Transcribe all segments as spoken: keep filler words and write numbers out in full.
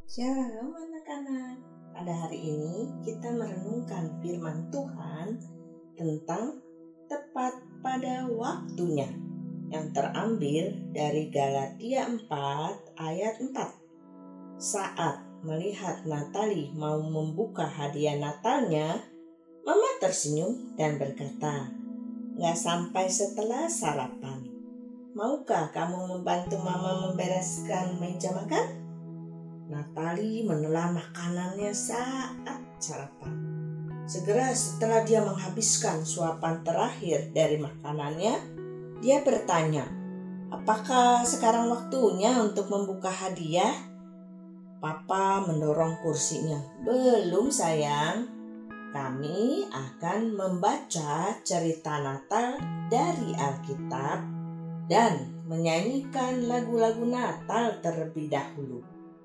Shalom anak-anak. Pada hari ini kita merenungkan firman Tuhan tentang tepat pada waktunya yang terambil dari Galatia empat ayat empat. Saat melihat Natali mau membuka hadiah Natalnya, Mama tersenyum dan berkata, "Gak sampai setelah sarapan. Maukah kamu membantu Mama membereskan meja makan?" Natali menelan makanannya saat sarapan. Segera setelah dia menghabiskan suapan terakhir dari makanannya, dia bertanya, "Apakah sekarang waktunya untuk membuka hadiah?" Papa mendorong kursinya. "Belum sayang, kami akan membaca cerita Natal dari Alkitab dan menyanyikan lagu-lagu Natal terlebih dahulu."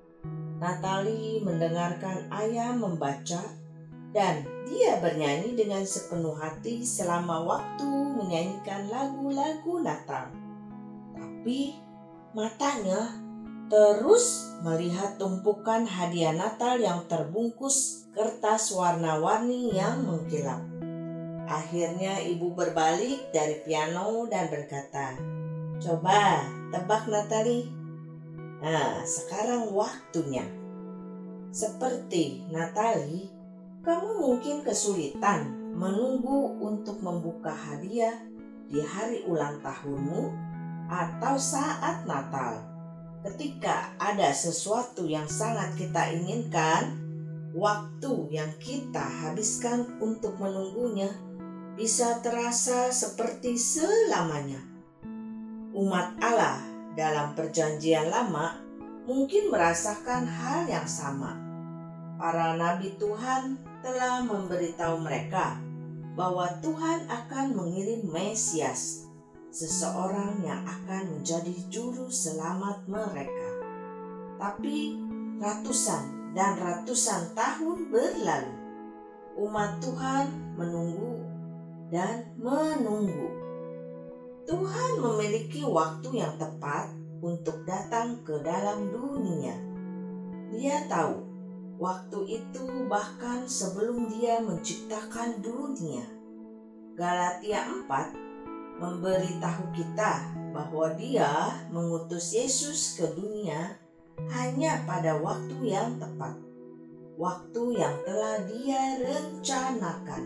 Natali mendengarkan ayah membaca dan dia bernyanyi dengan sepenuh hati selama waktu menyanyikan lagu-lagu Natal. Tapi matanya terus melihat tumpukan hadiah Natal yang terbungkus kertas warna-warni yang mengkilap. Akhirnya ibu berbalik dari piano dan berkata, "Coba tebak Natali. Nah, sekarang waktunya." Seperti Natali, kamu mungkin kesulitan menunggu untuk membuka hadiah di hari ulang tahunmu atau saat Natal. Ketika ada sesuatu yang sangat kita inginkan, waktu yang kita habiskan untuk menunggunya bisa terasa seperti selamanya. Umat Allah dalam Perjanjian Lama mungkin merasakan hal yang sama. Para nabi Tuhan telah memberitahu mereka bahwa Tuhan akan mengirim Mesias, seseorang yang akan menjadi juru selamat mereka. Tapi ratusan dan ratusan tahun berlalu, umat Tuhan menunggu dan menunggu. Tuhan memiliki waktu yang tepat untuk datang ke dalam dunia. Dia tahu waktu itu bahkan sebelum dia menciptakan dunia. Galatia empat memberitahu kita bahwa dia mengutus Yesus ke dunia hanya pada waktu yang tepat, waktu yang telah dia rencanakan.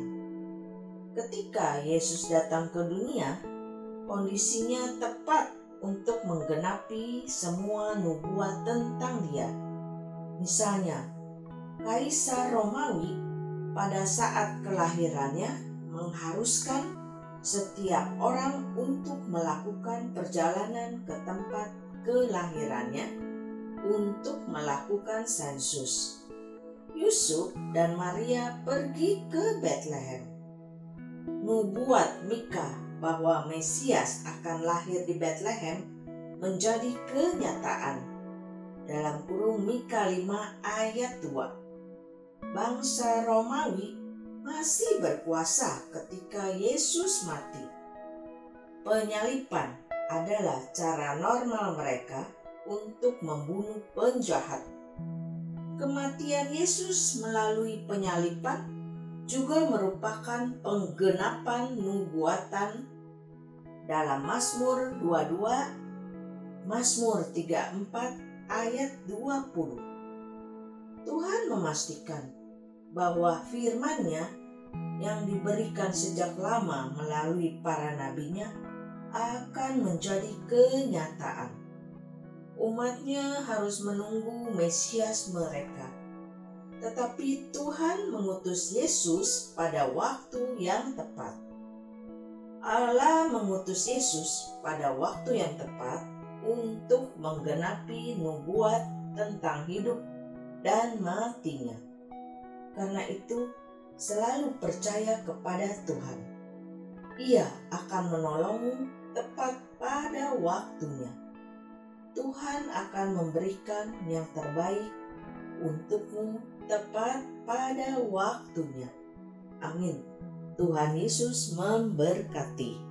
Ketika Yesus datang ke dunia, kondisinya tepat untuk menggenapi semua nubuat tentang dia. Misalnya, Kaisar Romawi pada saat kelahirannya mengharuskan setiap orang untuk melakukan perjalanan ke tempat kelahirannya untuk melakukan sensus. Yusuf dan Maria pergi ke Betlehem. Nubuat Mika bahwa Mesias akan lahir di Betlehem menjadi kenyataan. Dalam kurung Mika lima ayat dua. Bangsa Romawi masih berkuasa ketika Yesus mati. Penyalipan adalah cara normal mereka untuk membunuh penjahat. Kematian Yesus melalui penyalipan juga merupakan penggenapan nubuatan dalam Mazmur dua puluh dua, Mazmur tiga puluh empat ayat dua puluh. Tuhan memastikan bahwa firman-Nya yang diberikan sejak lama melalui para nabinya akan menjadi kenyataan. Umat-Nya harus menunggu Mesias mereka. Tetapi Tuhan mengutus Yesus pada waktu yang tepat. Allah mengutus Yesus pada waktu yang tepat untuk menggenapi nubuat tentang hidup dan matinya. Karena itu, selalu percaya kepada Tuhan. Ia akan menolongmu tepat pada waktunya. Tuhan akan memberikan yang terbaik untukmu tepat pada waktunya. Amin. Tuhan Yesus memberkati.